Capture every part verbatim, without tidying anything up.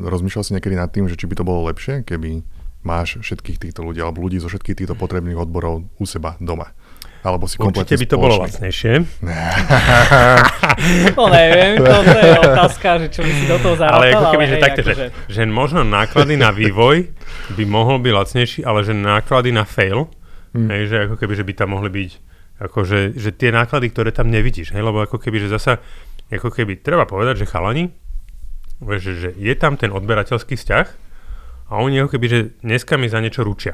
rozmýšľal si niekedy nad tým, že či by to bolo lepšie, keby máš všetkých týchto ľudí alebo ľudí zo všetkých týchto potrebných odborov u seba doma? Alebo si Určite by to spoločný. bolo lacnejšie. No neviem, to je otázka, že čo by si do toho zarátal. Ale ako keby, že hej, takto, akože... že, že možno náklady na vývoj by mohol byť lacnejší, ale že náklady na fail, hmm. hej, že ako keby, že by tam mohli byť, akože, že tie náklady, ktoré tam nevidíš, hej, lebo ako keby, že zasa, ako keby, treba povedať, že chalani, že, že je tam ten odberateľský vzťah a oni ako keby, že dneska mi za niečo ručia.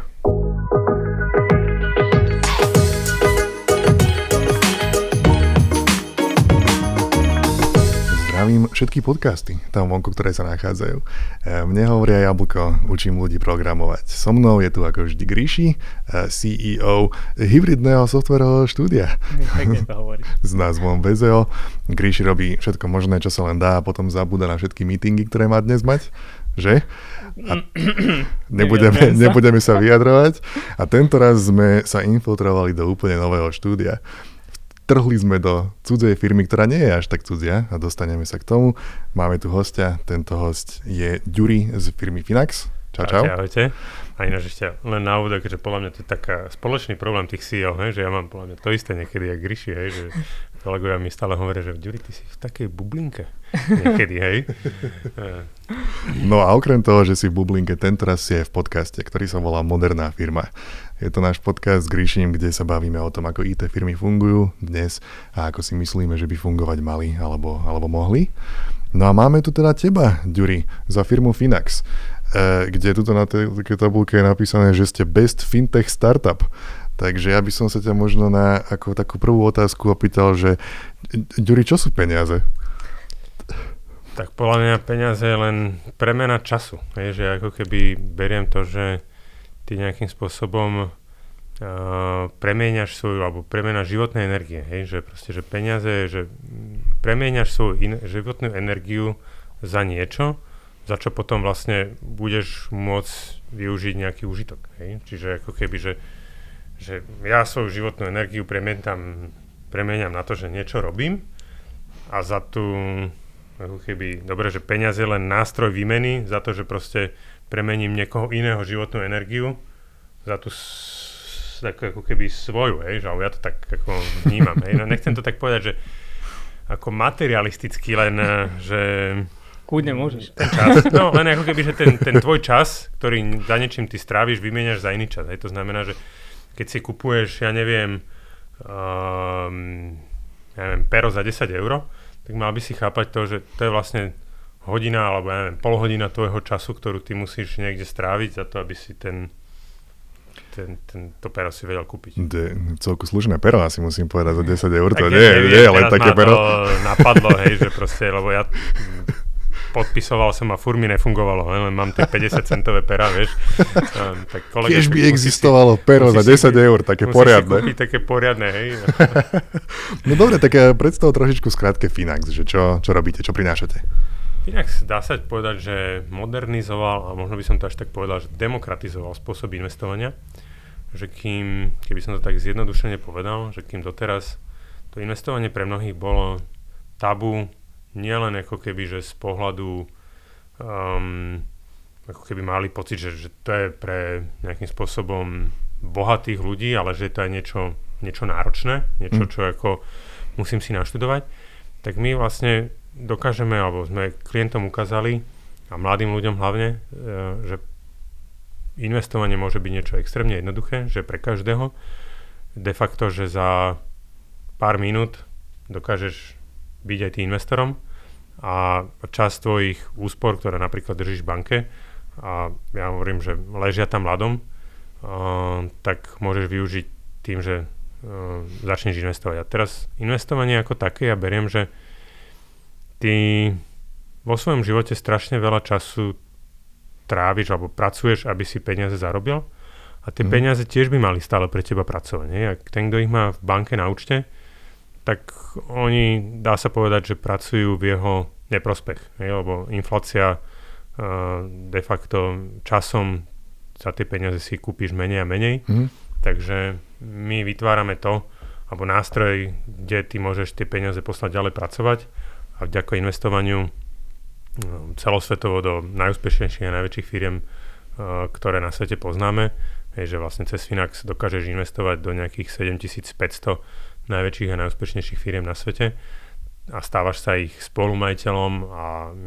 Zdravím všetky podcasty, tam vonku, ktoré sa nachádzajú. Mne hovoria Jablko, učím ľudí programovať. So mnou je tu ako vždy Gríši, C E O hybridného softwarového štúdia. Pekne to hovoríš. S názvom vé zet o. Gríši robí všetko možné, čo sa len dá a potom zabúda na všetky meetingy, ktoré má dnes mať. Že? A nebudeme, nebudeme sa vyjadrovať. A tento raz sme sa infiltrovali do úplne nového štúdia. Trhli sme do cudzej firmy, ktorá nie je až tak cudzia a dostaneme sa k tomu. Máme tu hostia, tento host je Ďuri z firmy Finax. Čau, čau. Ahojte. A ináč ešte len na úvod, že podľa mňa to je taká spoločný problém tých C E O, hej, že ja mám podľa mňa to isté niekedy, jak Gríši, hej, že kolegovia mi stále hovoria, že Ďuri, ty si v takej bublinke niekedy, hej. No a okrem toho, že si v bublinke, tento raz si je v podcaste, ktorý sa volá Moderná firma. Je to náš podcast s Gríšim, kde sa bavíme o tom, ako í té firmy fungujú dnes a ako si myslíme, že by fungovať mali alebo, alebo mohli. No a máme tu teda teba, Ďuri, za firmu Finax, kde tuto na tej tabulke je napísané, že ste best fintech startup. Takže ja by som sa ťa možno na ako takú prvú otázku opýtal, že Ďuri, čo sú peniaze? Tak podľa mňa peniaze je len premena času. Je, že ako keby beriem to, že ty nejakým spôsobom uh, premieňaš svoju, alebo premieňaš životné energie. Hej? Že proste, že peniaze, že premieňaš svoju in- životnú energiu za niečo, za čo potom vlastne budeš môcť využiť nejaký užitok. Hej? Čiže ako keby, že, že ja svoju životnú energiu premieňam, premieňam na to, že niečo robím a za tú, ako keby, dobre, že peniaze je len nástroj výmeny za to, že proste premením niekoho iného životnú energiu za tú s, tak ako keby svoju, hej, že ja to tak ako vnímam. Hej. No nechcem to tak povedať, že ako materialisticky len, že kľudne môžeš. Ten čas, no len ako keby, že ten, ten tvoj čas, ktorý za niečím ty stráviš, vymieňaš za iný čas. Hej. To znamená, že keď si kupuješ, ja neviem, um, ja neviem, pero za desať eur, tak mal by si chápať to, že to je vlastne hodina, alebo ja neviem, pol hodina tvojho času, ktorú ty musíš niekde stráviť za to, aby si ten, ten, ten to pero si vedel kúpiť. De, celku slušné pero, asi musím povedať, za desať eur, to tak nie, neviem, nie je len také pero. Teraz ma to napadlo, hej, že proste, lebo ja podpisoval som a furt mi nefungovalo, len mám tie päťdesiat centové pera, vieš. Um, tak kolega, Kiež by existovalo pero za desať eur, také poriadne. Musíš si kúpiť také poriadne, hej. No dobre, tak predstav trošičku skrátke Finax, že čo, čo robíte, čo prinášate? Finax dá sa povedať, že modernizoval, a možno by som to až tak povedal, že demokratizoval spôsob investovania. Že kým, keby som to tak zjednodušene povedal, že kým doteraz to investovanie pre mnohých bolo tabu, nielen ako keby, že z pohľadu um, ako keby mali pocit, že, že to je pre nejakým spôsobom bohatých ľudí, ale že to je niečo, niečo náročné, niečo, čo ako musím si naštudovať, tak my vlastne dokážeme, alebo sme klientom ukázali a mladým ľuďom hlavne, že investovanie môže byť niečo extrémne jednoduché, že pre každého de facto, že za pár minút dokážeš byť aj tým investorom a časť tvojich úspor, ktoré napríklad držíš v banke a ja hovorím, že ležia tam ľadom, uh, tak môžeš využiť tým, že uh, začneš investovať. A teraz investovanie ako také, ja beriem, že ty vo svojom živote strašne veľa času tráviš alebo pracuješ, aby si peniaze zarobil a tie mm. peniaze tiež by mali stále pre teba pracovať. Nie? Ak ten, kto ich má v banke na účte, tak oni, dá sa povedať, že pracujú v jeho neprospech. Nie? Lebo inflácia uh, de facto časom za tie peniaze si kúpiš menej a menej. Mm. Takže my vytvárame to, alebo nástroj, kde ty môžeš tie peniaze poslať ďalej pracovať a vďaka investovaniu celosvetovo do najúspešnejších a najväčších firiem, ktoré na svete poznáme. Hej, že vlastne cez Finax dokážeš investovať do nejakých sedemtisícpäťsto najväčších a najúspešnejších firiem na svete a stávaš sa ich spolumajiteľom a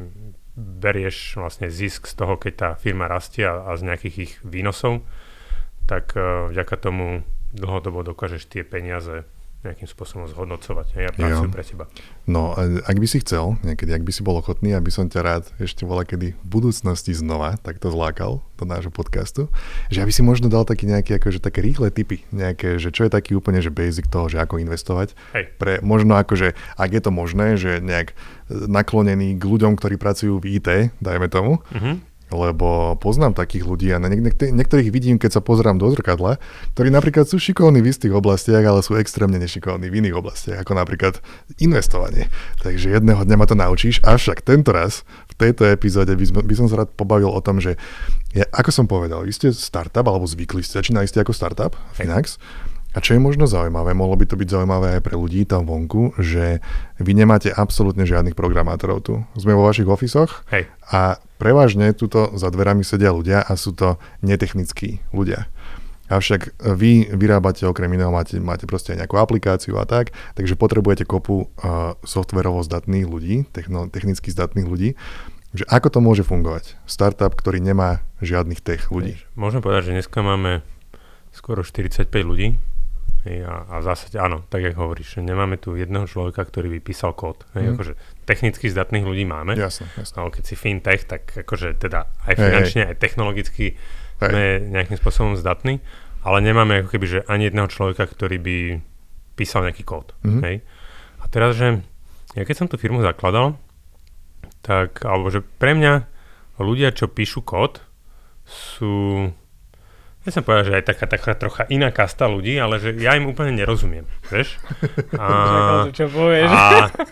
berieš vlastne zisk z toho, keď tá firma rastie a, a z nejakých ich výnosov, tak uh, vďaka tomu dlhodobo dokážeš tie peniaze nejakým spôsobom zhodnocovať. Hej, a pracujú pre teba. No, ak by si chcel, niekedy, ak by si bol ochotný, aby som ťa rád ešte bola kedy v budúcnosti znova takto zlákal do nášho podcastu, že aby si možno dal taký nejaké, akože také rýchle tipy, nejaké, že čo je taký úplne, že basic toho, že ako investovať. Hej. Pre možno akože, ak je to možné, že nejak naklonený k ľuďom, ktorí pracujú v í té, dajme tomu, mm-hmm. Lebo poznám takých ľudí a na niek- niek- niektorých vidím, keď sa pozerám do zrkadla, ktorí napríklad sú šikovní v istých oblastiach, ale sú extrémne nešikovní v iných oblastiach, ako napríklad investovanie. Takže jedného dňa ma to naučíš, avšak tento raz, v tejto epizóde by, som, by som sa rád pobavil o tom, že ja, ako som povedal, vy ste startup, alebo zvykli ste, začínali ste ako startup, Finax. A čo je možno zaujímavé, mohlo by to byť zaujímavé aj pre ľudí tam vonku, že vy nemáte absolútne žiadnych programátorov tu. Sme vo vašich ofisoch Hej. a prevažne tuto za dverami sedia ľudia a sú to netechnickí ľudia. Avšak vy vyrábate okrem iného, máte, máte proste aj nejakú aplikáciu a tak, takže potrebujete kopu uh, softverovo zdatných ľudí, techno, technicky zdatných ľudí, že ako to môže fungovať? Startup, ktorý nemá žiadnych tech ľudí. Môžem povedať, že dneska máme skoro štyridsaťpäť ľudí. Hej, a, a v zásade áno, tak jak hovoríš, nemáme tu jedného človeka, ktorý by písal kód. Hej, mm. akože technicky zdatných ľudí máme. Jasne, jasne. Ale keď si fintech, tak akože teda aj finančne, hej, aj technologicky hej. sme nejakým spôsobom zdatní, ale nemáme ako keby, že ani jedného človeka, ktorý by písal nejaký kód. Mm. Hej. A teraz, že ja keď som tú firmu zakladal, tak, alebo že pre mňa ľudia, čo píšu kód, sú... Ja som povedal, že aj taká, taká trocha iná kasta ľudí, ale že ja im úplne nerozumiem, vieš? A... Čakal, čo povieš. A...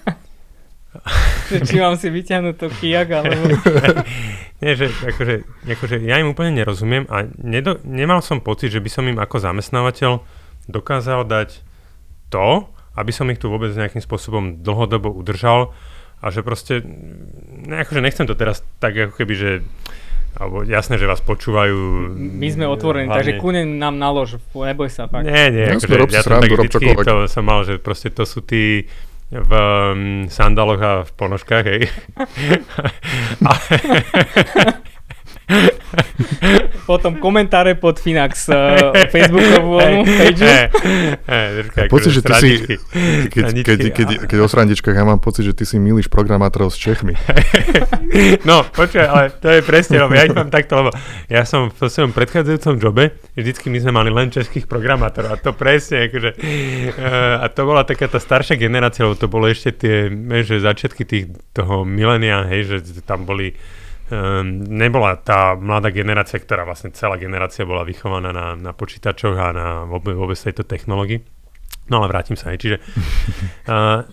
Či mám si vyťahnuť to kijak, alebo... Nie, že akože, akože ja im úplne nerozumiem a nedo, nemal som pocit, že by som im ako zamestnávateľ dokázal dať to, aby som ich tu vôbec nejakým spôsobom dlhodobo udržal a že proste, ne, akože nechcem to teraz tak ako keby, že alebo jasné, že vás počúvajú. My sme otvorení, hlavne... takže kúne nám nalož, neboj sa fakt. Nie, nie, ja, akože, ja to tak vždycky to som mal, že proste to sú tí v um, sandaloch a v ponožkách, hej. Potom komentáre pod Finax uh, Facebookovú page. Pocit, že ty si, keď, keď, keď, keď o srandičkách, ja mám pocit, že ty si milíš programátorov s Čechmi. No, počuj, ale to je presne, lebo ja ich mám takto, lebo ja som v svojom predchádzajúcom jobe, vždycky my sme mali len českých programátorov a to presne, akože, uh, a to bola taká tá staršia generácia, lebo to bolo ešte tie, že začiatky tých, toho milénia, hej, že tam boli Um, nebola tá mladá generácia, ktorá vlastne celá generácia bola vychovaná na, na počítačoch a na vôbec, vôbec tejto technológii. No ale vrátim sa aj. Čiže uh,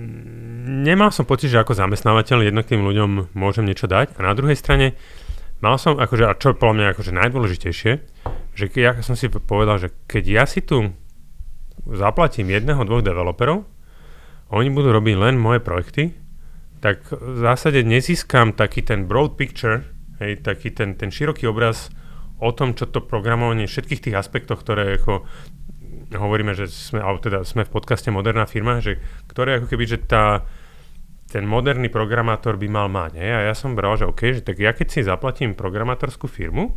nemal som pocit, že ako zamestnávateľ jednotlivým ľuďom môžem niečo dať a na druhej strane mal som, akože, a čo je podľa mňa akože najdôležitejšie, že keď, ja som si povedal, že keď ja si tu zaplatím jedného, dvoch developerov, oni budú robiť len moje projekty, tak v zásade nezískam taký ten broad picture, hej, taký ten, ten široký obraz o tom, čo to programovanie, všetkých tých aspektoch, ktoré ako hovoríme, že sme, alebo teda sme v podcaste Moderná firma, že ktoré ako keby, že tá, ten moderný programátor by mal mať. Hej. A ja som bral, že OK, že tak ja keď si zaplatím programátorskú firmu,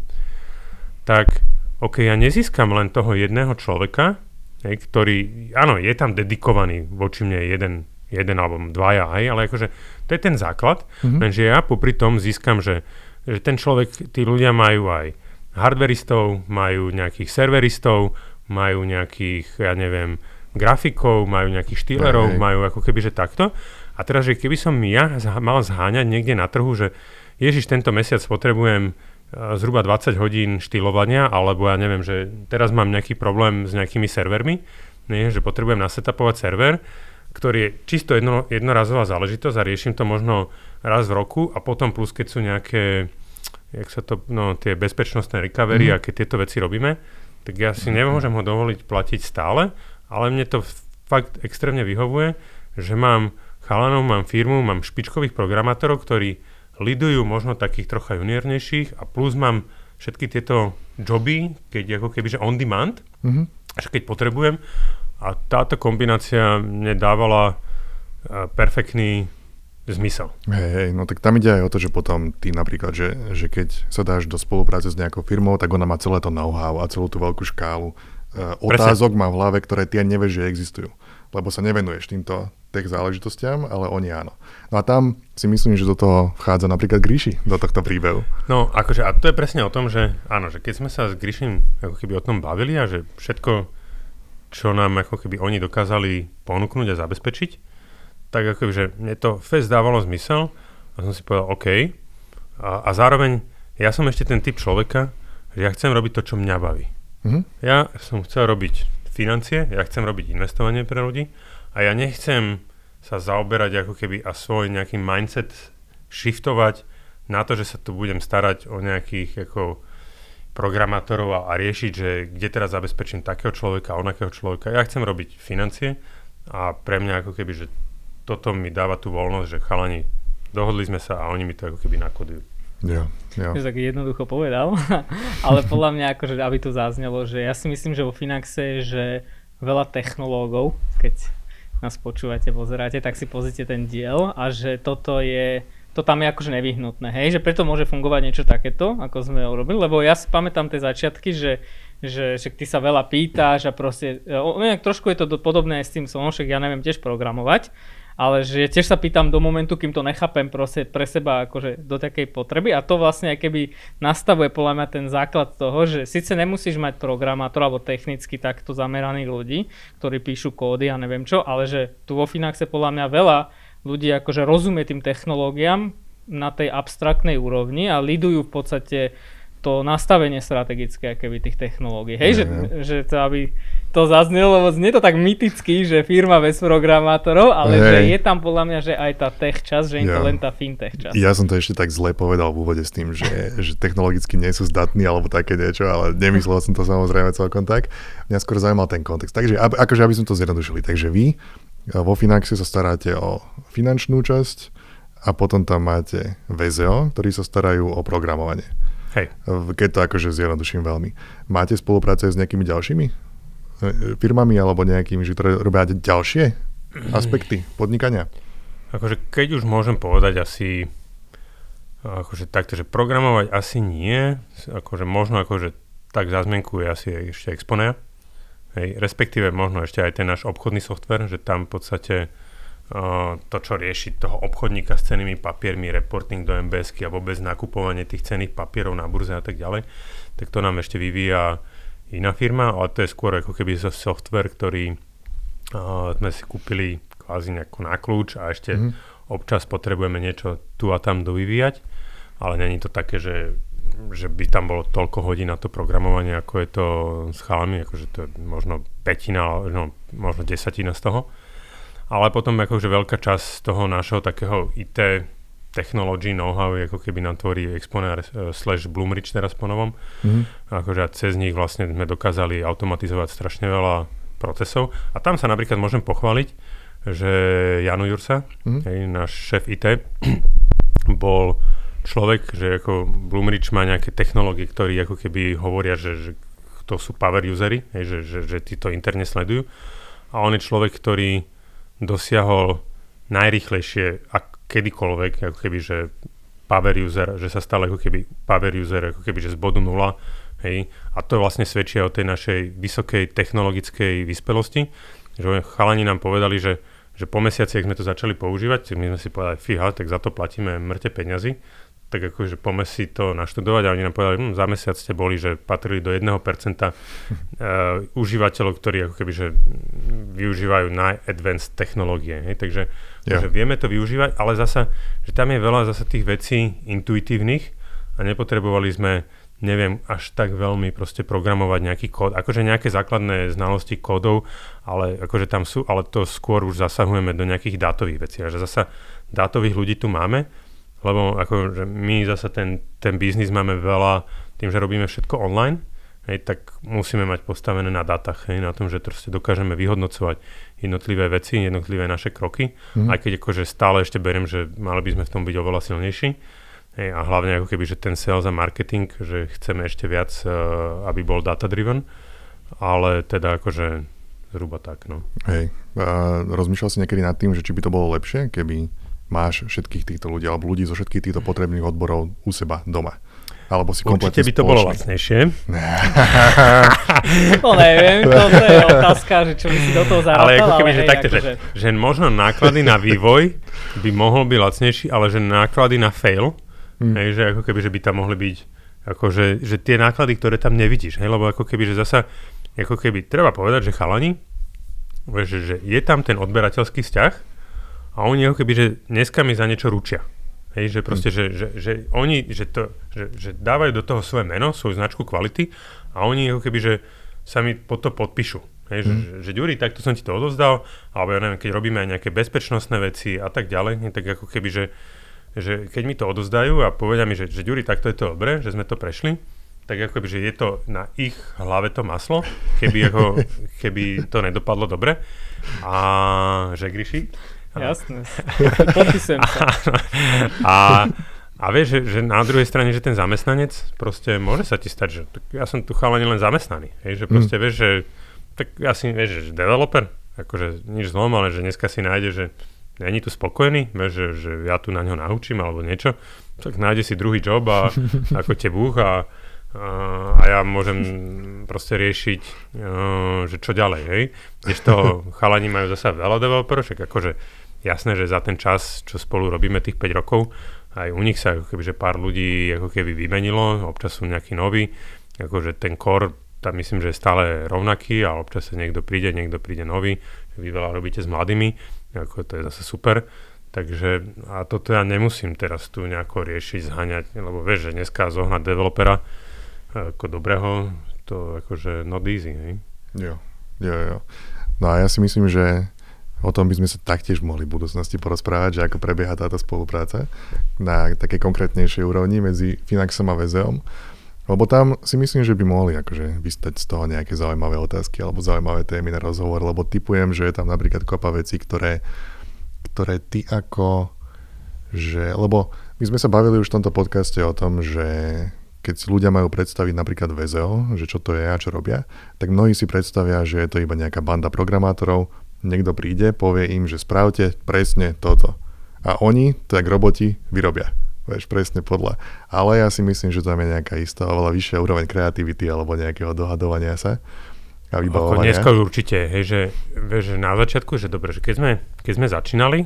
tak OK, ja nezískam len toho jedného človeka, hej, ktorý, áno, je tam dedikovaný voči mne jeden jeden alebo dvaja aj, ale akože to je ten základ, mm-hmm. lenže ja popri tom získam, že, že ten človek, tí ľudia majú aj hardveristov, majú nejakých serveristov, majú nejakých, ja neviem, grafikov, majú nejakých štýlerov, majú ako keby, že takto. A teraz, že keby som ja mal zháňať niekde na trhu, že ježiš, tento mesiac potrebujem uh, zhruba dvadsať hodín štýlovania, alebo ja neviem, že teraz mám nejaký problém s nejakými servermi, nie, že potrebujem nasetapovať server, ktorý je čisto jedno, jednorazová záležitosť a riešim to možno raz v roku a potom plus, keď sú nejaké, jak sa to, no, tie bezpečnostné recovery mm. a keď tieto veci robíme, tak ja si nemôžem ho dovoliť platiť stále, ale mne to fakt extrémne vyhovuje, že mám chalanov, mám firmu, mám špičkových programátorov, ktorí lidujú možno takých trocha juniornejších a plus mám všetky tieto joby, keď ako keby, že on demand, mm-hmm. že keď potrebujem a táto kombinácia mne dávala uh, perfektný zmysel. Hej, hej, no tak tam ide aj o to, že potom ty napríklad, že, že keď sa dáš do spolupráce s nejakou firmou, tak ona má celé to know-how a celú tú veľkú škálu uh, otázok má v hlave, ktoré ty ani nevieš, že existujú. Lebo sa nevenuješ týmto tech záležitostiam, ale oni áno. No a tam si myslím, že do toho vchádza napríklad Gríši, do tohto príbehu. No akože, a to je presne o tom, že áno, že keď sme sa s Gríšim ako keby o tom bavili a že všetko, čo nám ako keby oni dokázali ponúknuť a zabezpečiť, tak ako keby, že mne to fest dávalo zmysel a som si povedal OK. A, a zároveň ja som ešte ten typ človeka, že ja chcem robiť to, čo mňa baví. Mm-hmm. Ja som chcel robiť financie, ja chcem robiť investovanie pre ľudí a ja nechcem sa zaoberať ako keby a svoj nejaký mindset shiftovať na to, že sa tu budem starať o nejakých ako programátorov a, a riešiť, že kde teraz zabezpečím takého človeka, onakého človeka. Ja chcem robiť financie a pre mňa ako keby, že toto mi dáva tú voľnosť, že chalani, dohodli sme sa a oni mi to ako keby nakodujú. Jo, jo. To tak jednoducho povedal, ale podľa mňa akože, aby to zaznelo, že ja si myslím, že vo Finaxe je, že veľa technológov, keď nás počúvate, pozeráte, tak si pozrite ten diel a že toto je, to tam je akože nevyhnutné, hej, že preto môže fungovať niečo takéto, ako sme urobili, lebo ja si pamätám tie začiatky, že, že, že ty sa veľa pýtaš a proste, o, neviem, trošku je to do, podobné s tým som, však ja neviem tiež programovať, ale že tiež sa pýtam do momentu, kým to nechápem proste pre seba akože do takej potreby a to vlastne aj keby nastavuje podľa mňa ten základ toho, že síce nemusíš mať programátor alebo technicky takto zameraných ľudí, ktorí píšu kódy a neviem čo, ale že tu vo Finaxe podľa mňa veľa ľudí akože rozumie tým technológiám na tej abstraktnej úrovni a lidujú v podstate to nastavenie strategické keby tých technológií. Hej, že, že to aby to zaznelo, lebo znie to tak myticky, že firma bez programátorov, ale Hej. že je tam podľa mňa, že aj tá tech časť, že im to len tá fintech časť. Ja som to ešte tak zle povedal v úvode s tým, že, že technologicky nie sú zdatní alebo také niečo, ale nemyslel som to samozrejme celkom tak. Mňa skôr zaujímal ten kontext. Takže akože aby sme to zjednodušili. Takže vy vo Finaxe sa staráte o finančnú časť a potom tam máte vé zet ó, ktorí sa starajú o programovanie. Hej. Keď to akože zjednoduším veľmi. Máte spolupráce s nejakými ďalšími firmami alebo nejakými, že ktoré robia ďalšie aspekty podnikania? Akože keď už môžem povedať asi akože takto, že programovať asi nie, akože možno akože tak za zmienku je asi ešte Exponea. Hej, respektíve možno ešte aj ten náš obchodný software, že tam v podstate Uh, to, čo rieši toho obchodníka s cennými papiermi, reporting do em bé esky a vôbec nakupovanie tých cenných papierov na burze a tak ďalej, tak to nám ešte vyvíja iná firma, ale to je skôr ako keby software, ktorý uh, sme si kúpili kvázi nejako na kľúč a ešte mm-hmm. občas potrebujeme niečo tu a tam dovyvíjať, ale není to také, že, že by tam bolo toľko hodín na to programovanie, ako je to s chalami, akože to je možno pätina, no, možno desatina z toho. Ale potom akože veľká časť toho nášho takého í té technology know-how je ako keby nám tvorí Exponea slash Bloomreach teraz po novom. Mm-hmm. Akože a cez nich vlastne sme dokázali automatizovať strašne veľa procesov. A tam sa napríklad môžem pochváliť, že Jano Jursa, mm-hmm. hej, náš šéf í té, bol človek, že ako Bloomreach má nejaké technológie, ktorí ako keby hovoria, že, že to sú power usery, hej, že, že, že tí to interne sledujú. A on je človek, ktorý dosiahol najrýchlejšie ak kedykoľvek, ako keby, že power user, že sa stal ako keby power user, ako keby, že z bodu nula, hej, a to vlastne svedčí o tej našej vysokej technologickej vyspelosti, že chalani nám povedali, že, že po mesiaci, ak sme to začali používať, my sme si povedali, fíha, tak za to platíme mŕte peňazí, tak akože poďme si to naštudovať a oni nám povedali, hm, za mesiac ste boli, že patrili do jedného percenta uh, užívateľov, ktorí ako keby, že využívajú naj-advanced technológie. Hej? Takže, yeah. takže vieme to využívať, ale zasa, že tam je veľa zasa tých vecí intuitívnych a nepotrebovali sme, neviem, až tak veľmi proste programovať nejaký kód. Akože nejaké základné znalosti kódov, ale akože tam sú, ale to skôr už zasahujeme do nejakých dátových vecí. A že zasa dátových ľudí tu máme, lebo akože my zasa ten, ten biznis máme veľa tým, že robíme všetko online, hej, tak musíme mať postavené na dátach, hej, na tom, že proste dokážeme vyhodnocovať jednotlivé veci, jednotlivé naše kroky, mm. aj keď akože stále ešte beriem, že mali by sme v tom byť oveľa silnejší, Hej, a hlavne ako keby, že ten sales a marketing, že chceme ešte viac, uh, aby bol data-driven, ale teda akože zhruba tak, no. Hej, a rozmýšľal si niekedy nad tým, že či by to bolo lepšie, keby máš všetkých týchto ľudí, alebo ľudí zo všetkých týchto potrebných odborov u seba doma? Alebo si kompletne Určite by to spoločný. bolo lacnejšie. No neviem, to je otázka, že čo by si do toho zarátal. Ale ako keby, že hej, takto, akože... že, že možno náklady na vývoj by mohol byť lacnejší, ale že náklady na fail, hmm. hej, že ako keby, že by tam mohli byť, akože, že tie náklady, ktoré tam nevidíš, hej, lebo ako keby, že zasa, ako keby, treba povedať, že chalani, že, že je tam ten odberateľský vzťah a oni ako keby, že dneska mi za niečo ručia. Hej, že proste, hmm. že, že, že oni, že, to, že, že dávajú do toho svoje meno, svoju značku kvality a oni ako keby, že sa mi pod to podpíšu. Hej, hmm. že, že, že Ďuri, takto som ti to odovzdal, alebo ja neviem, keď robíme aj nejaké bezpečnostné veci a tak ďalej, tak ako keby, že, že keď mi to odovzdajú a povedia mi, že, že Ďuri, takto je to dobre, že sme to prešli, tak ako keby, že je to na ich hlave to maslo, keby, ako, keby to nedopadlo dobre. A že Gríši? Jasné, podpisujem sa. A, a vieš, že, že na druhej strane, že ten zamestnanec, proste môže sa ti stať, že tak ja som tu chalani len zamestnaný. Hej, že proste mm. vieš, že tak asi vieš, že developer, akože nič zlom, ale že dneska si nájde, že není tu spokojný, vieš, že, že ja tu na ňo naučím alebo niečo, tak nájde si druhý job a ako te Búh a, a, a ja môžem proste riešiť, uh, že čo ďalej, hej. Kdežto chalani majú zasa veľa developerov, však akože jasné, že za ten čas, čo spolu robíme tých päť rokov, aj u nich sa ako keby, že pár ľudí ako keby vymenilo, občas sú nejakí noví, akože ten core tam myslím, že je stále rovnaký a občas sa niekto príde, niekto príde nový, vy veľa robíte s mladými, ako to je zase super, takže a toto ja nemusím teraz tu nejako riešiť, zháňať, lebo vieš, že dneska zohnať developera ako dobrého, to akože not easy, hej? Jo, jo, jo. No a ja si myslím, že o tom by sme sa taktiež mohli v budúcnosti porozprávať, že ako prebieha táto spolupráca na takej konkrétnejšej úrovni medzi Finaxom a Vezeom. Lebo tam si myslím, že by mohli akože vystať z toho nejaké zaujímavé otázky alebo zaujímavé témy na rozhovor, lebo tipujem, že je tam napríklad kopa vecí, ktoré, ktoré ty ako, že, lebo my sme sa bavili už v tomto podcaste o tom, že keď si ľudia majú predstaviť napríklad Vezeo, že čo to je a čo robia, tak mnohí si predstavia, že je to iba nejaká banda programátorov, niekto príde, povie im, že spravte presne toto. A oni, tak roboti, vyrobia. Vieš, presne podľa. Ale ja si myslím, že tam je nejaká istá oveľa vyššia úroveň kreativity alebo nejakého dohadovania sa a vybavovania. Ako dneska určite, hej, že, vieš, že na začiatku, že dobre, že keď sme, keď sme začínali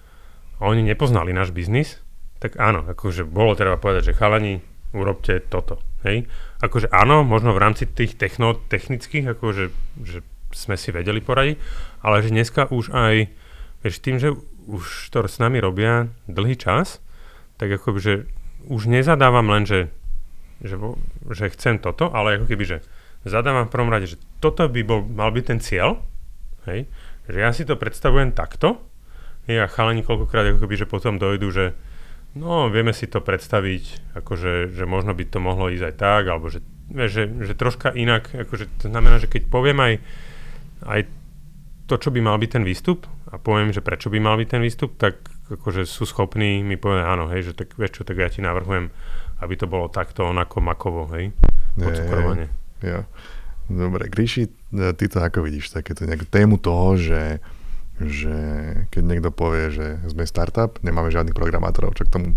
a oni nepoznali náš biznis, tak áno, akože bolo treba povedať, že chalani, urobte toto, hej. Akože áno, možno v rámci tých techno, technických, akože že sme si vedeli poradiť, ale že dneska už aj, vieš, tým, že už to s nami robia dlhý čas, tak ako by, že už nezadávam len, že, že, že chcem toto, ale ako keby, že zadávam v prvom rade, že toto by bol, mal byť ten cieľ, hej, že ja si to predstavujem takto, hej, a chalani koľkokrát ako keby, že potom dojdu, že no, vieme si to predstaviť, akože, že možno by to mohlo ísť aj tak, alebo že, že, že troška inak, akože to znamená, že keď poviem aj, aj to, čo by mal byť ten výstup a poviem, že prečo by mal byť ten výstup, tak akože sú schopní mi povedať áno, hej, že tak vieš čo, tak ja ti navrhujem, aby to bolo takto, onako, makovo, hej, pocukrovanie. Jo. Dobre, Gríši, ty to ako vidíš, takéto nejakú tému toho, že, že keď niekto povie, že sme startup, nemáme žiadnych programátorov, čo k tomu?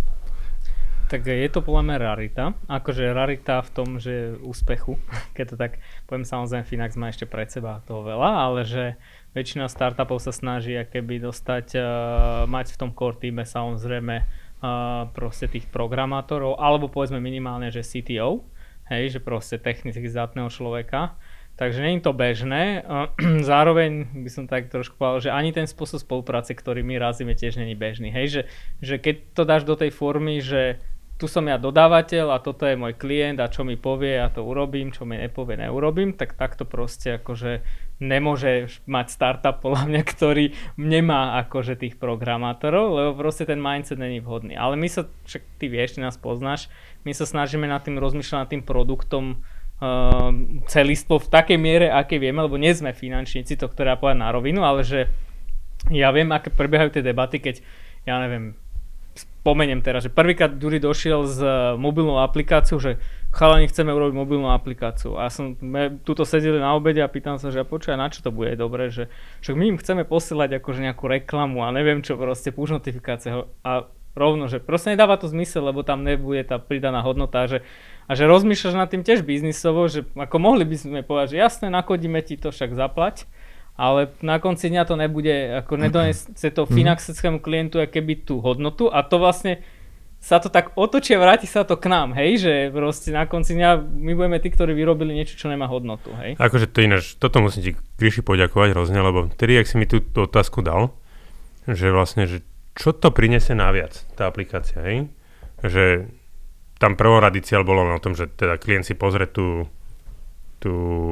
Tak je to podľa mňa rarita, akože rarita v tom, že úspechu, keď to tak poviem, samozrejme Finax má ešte pred seba toho veľa, ale že väčšina startupov sa snaží keby dostať, uh, mať v tom core týme samozrejme uh, proste tých programátorov, alebo povedzme minimálne, že C T O, hej, že proste technicky zdatného človeka. Takže nie je to bežné. Zároveň by som tak trošku povedal, že ani ten spôsob spolupráce, ktorý my razíme, tiež nie je bežný. Hej, že, že keď to dáš do tej formy, že tu som ja dodávateľ a toto je môj klient a čo mi povie, ja to urobím, čo mi nepovie, neurobím, tak takto proste akože nemôže mať startup podľa mňa, ktorý nemá akože tých programátorov, lebo proste ten mindset není vhodný. Ale my sa, však ty vieš, ty nás poznáš, my sa snažíme nad tým rozmýšľať, nad tým produktom uh, celistvo v takej miere, aké vieme, lebo nie sme finančníci, to ktoré ja povedať na rovinu, ale že ja viem, aké prebiehajú tie debaty, keď ja neviem, spomeniem teraz, že prvýkrát Ďuri došiel s mobilnou aplikáciou, že chalani chceme urobiť mobilnú aplikáciu. A som tuto sedeli na obede a pýtam sa, že počúvaj, na čo to bude dobre, že však my im chceme posielať akože nejakú reklamu a neviem čo, proste push notifikácie a rovno, že proste nedáva to zmysel, lebo tam nebude tá pridaná hodnota, že, a že rozmýšľaš nad tým tiež biznisovo, že ako mohli by sme povedať, že jasné, nakodíme ti to, však zaplať, ale na konci dňa to nebude, ako nedonesie to finaxickému klientu keby tú hodnotu a to vlastne sa to tak otočí a vráti sa to k nám, hej, že proste na konci dňa my budeme tí, ktorí vyrobili niečo, čo nemá hodnotu, hej. Akože to ináč, toto musím ti, Gríši, poďakovať hrozne, lebo tedy, ak si mi tú, tú otázku dal, že vlastne, že čo to prinesie naviac, tá aplikácia, hej, že tam prvorady cieľ bolo o tom, že teda klient si pozrie tú, tú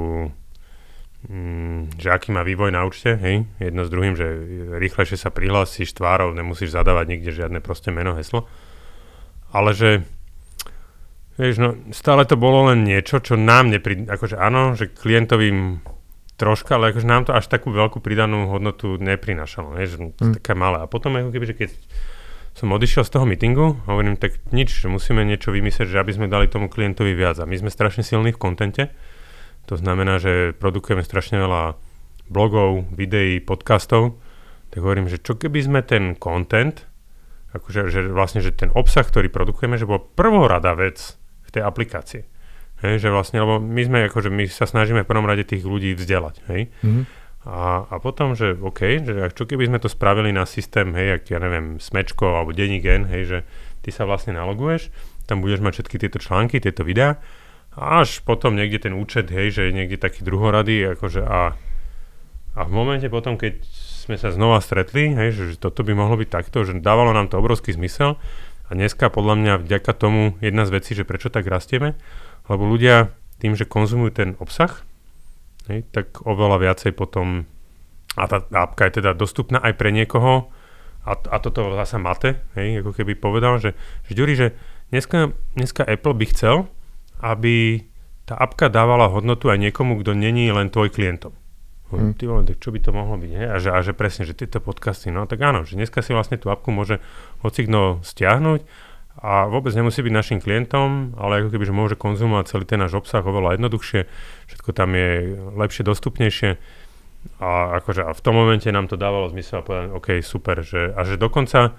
mm, že aký má vývoj na účte, hej, jedno s druhým, že rýchlejšie sa prihlásiš tvárou, nemusíš zadávať nikde žiadne proste meno, heslo. Ale že, vieš, no, stále to bolo len niečo, čo nám nepri... Akože áno, že klientovi troška, ale akože nám to až takú veľkú pridanú hodnotu neprinášalo, vieš, že to je taká malé. A potom ako keby, že keď som odišiel z toho meetingu, hovorím, tak nič, že musíme niečo vymyslieť, že aby sme dali tomu klientovi viac. A my sme strašne silní v kontente, to znamená, že produkujeme strašne veľa blogov, videí, podcastov, tak hovorím, že čo keby sme ten content, akože že vlastne, že ten obsah, ktorý produkujeme, že bol prvorada vec v tej aplikácii. Hej, že vlastne, lebo my sme, akože my sa snažíme v prvom rade tých ľudí vzdelať, hej. Mm-hmm. A, a potom, že OK, že čo keby sme to spravili na systém, hej, jak ja neviem, Smečko alebo Denigen, hej, že ty sa vlastne naloguješ, tam budeš mať všetky tieto články, tieto videá, a až potom niekde ten účet, hej, že je niekde taký druhorady, akože a, a v momente potom, keď sme sa znova stretli, hej, že, že toto by mohlo byť takto, že dávalo nám to obrovský zmysel a dneska podľa mňa vďaka tomu jedna z vecí, že prečo tak rastieme, lebo ľudia tým, že konzumujú ten obsah, hej, tak oveľa viacej potom a tá appka je teda dostupná aj pre niekoho a, a toto zasa Mate, hej, ako keby povedal, že, že Ďuri, že dneska, dneska Apple by chcel, aby tá appka dávala hodnotu aj niekomu, kto není len tvoj klientom. Hmm. Ty vole, tak čo by to mohlo byť, he? A, že, a že presne, že tieto podcasty, no tak áno, že dneska si vlastne tú appku môže hocikno stiahnuť a vôbec nemusí byť našim klientom, ale ako keby, že môže konzumovať celý ten náš obsah oveľa jednoduchšie, všetko tam je lepšie, dostupnejšie a akože a v tom momente nám to dávalo zmysel a povedať, OK, super, že, a že dokonca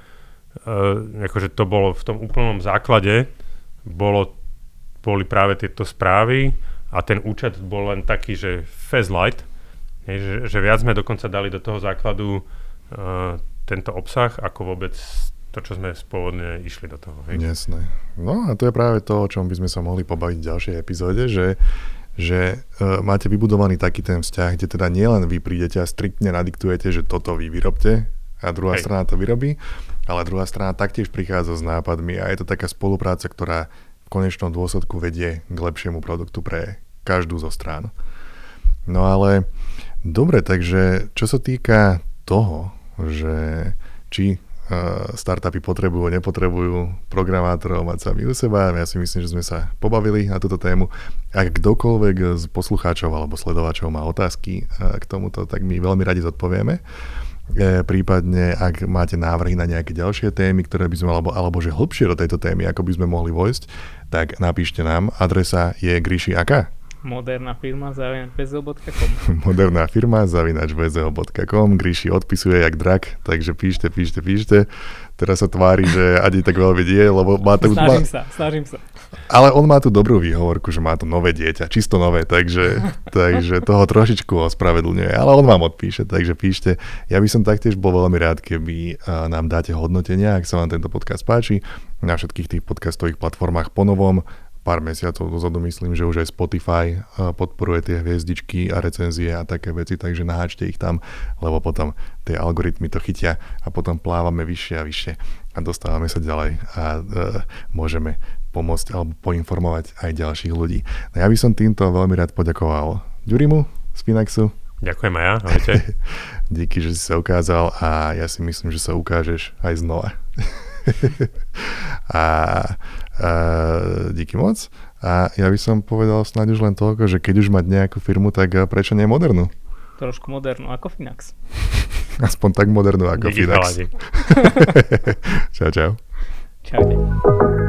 uh, akože to bolo v tom úplnom základe, bolo, boli práve tieto správy a ten účet bol len taký, že fast light. Je, že, že viac sme dokonca dali do toho základu uh, tento obsah, ako vôbec to, čo sme spôvodne išli do toho. Hej? Jasné. No a to je práve to, o čom by sme sa mohli pobaviť v ďalšej epizóde, že, že uh, máte vybudovaný taký ten vzťah, kde teda nielen vy prídete a striktne nadiktujete, že toto vy vyrobte a druhá Hej. strana to vyrobí, ale druhá strana taktiež prichádza s nápadmi a je to taká spolupráca, ktorá v konečnom dôsledku vedie k lepšiemu produktu pre každú zo strán. No ale dobre, takže čo sa týka toho, že či uh, startupy potrebujú, nepotrebujú programátorov mať sami u seba, ja si myslím, že sme sa pobavili na túto tému. Ak kdokoľvek z poslucháčov alebo sledovačov má otázky uh, k tomuto, tak my veľmi radi zodpovieme. E, prípadne, ak máte návrhy na nejaké ďalšie témy, ktoré by sme, alebo, alebo že hlbšie do tejto témy, ako by sme mohli vojsť, tak napíšte nám. Adresa je Gríši aká? Moderná firma zavinač vzo bodka com. Moderná firma zavinač vzo bodka com. Gríši odpisuje jak drak, takže píšte, píšte, píšte. Teraz sa tvári, že ani tak veľmi nie, lebo má to... Snažím sa, snažím sa. Ale on má tu dobrú výhovorku, že má to nové dieťa, čisto nové, takže, takže toho trošičku ospravedlňuje. Ale on vám odpíše, takže píšte. Ja by som taktiež bol veľmi rád, keby nám dáte hodnotenia, ak sa vám tento podcast páči, na všetkých tých podcastových platformách po novom. Pár mesiacov dozadu myslím, že už aj Spotify podporuje tie hviezdičky a recenzie a také veci, takže naháčte ich tam, lebo potom tie algoritmy to chytia a potom plávame vyššie a vyššie a dostávame sa ďalej a e, môžeme pomôcť alebo poinformovať aj ďalších ľudí. No ja by som týmto veľmi rád poďakoval Ďurimu z Finaxu. Ďakujem aj ja, ahojte. Díky, že si sa ukázal a ja si myslím, že sa ukážeš aj znova. a, a díky moc. A ja by som povedal snáď už len toľko, že keď už mať nejakú firmu, tak prečo nie modernú? Trošku modernú ako Finax. Aspoň tak modernú ako díky Finax. Čau, čau. Čaute.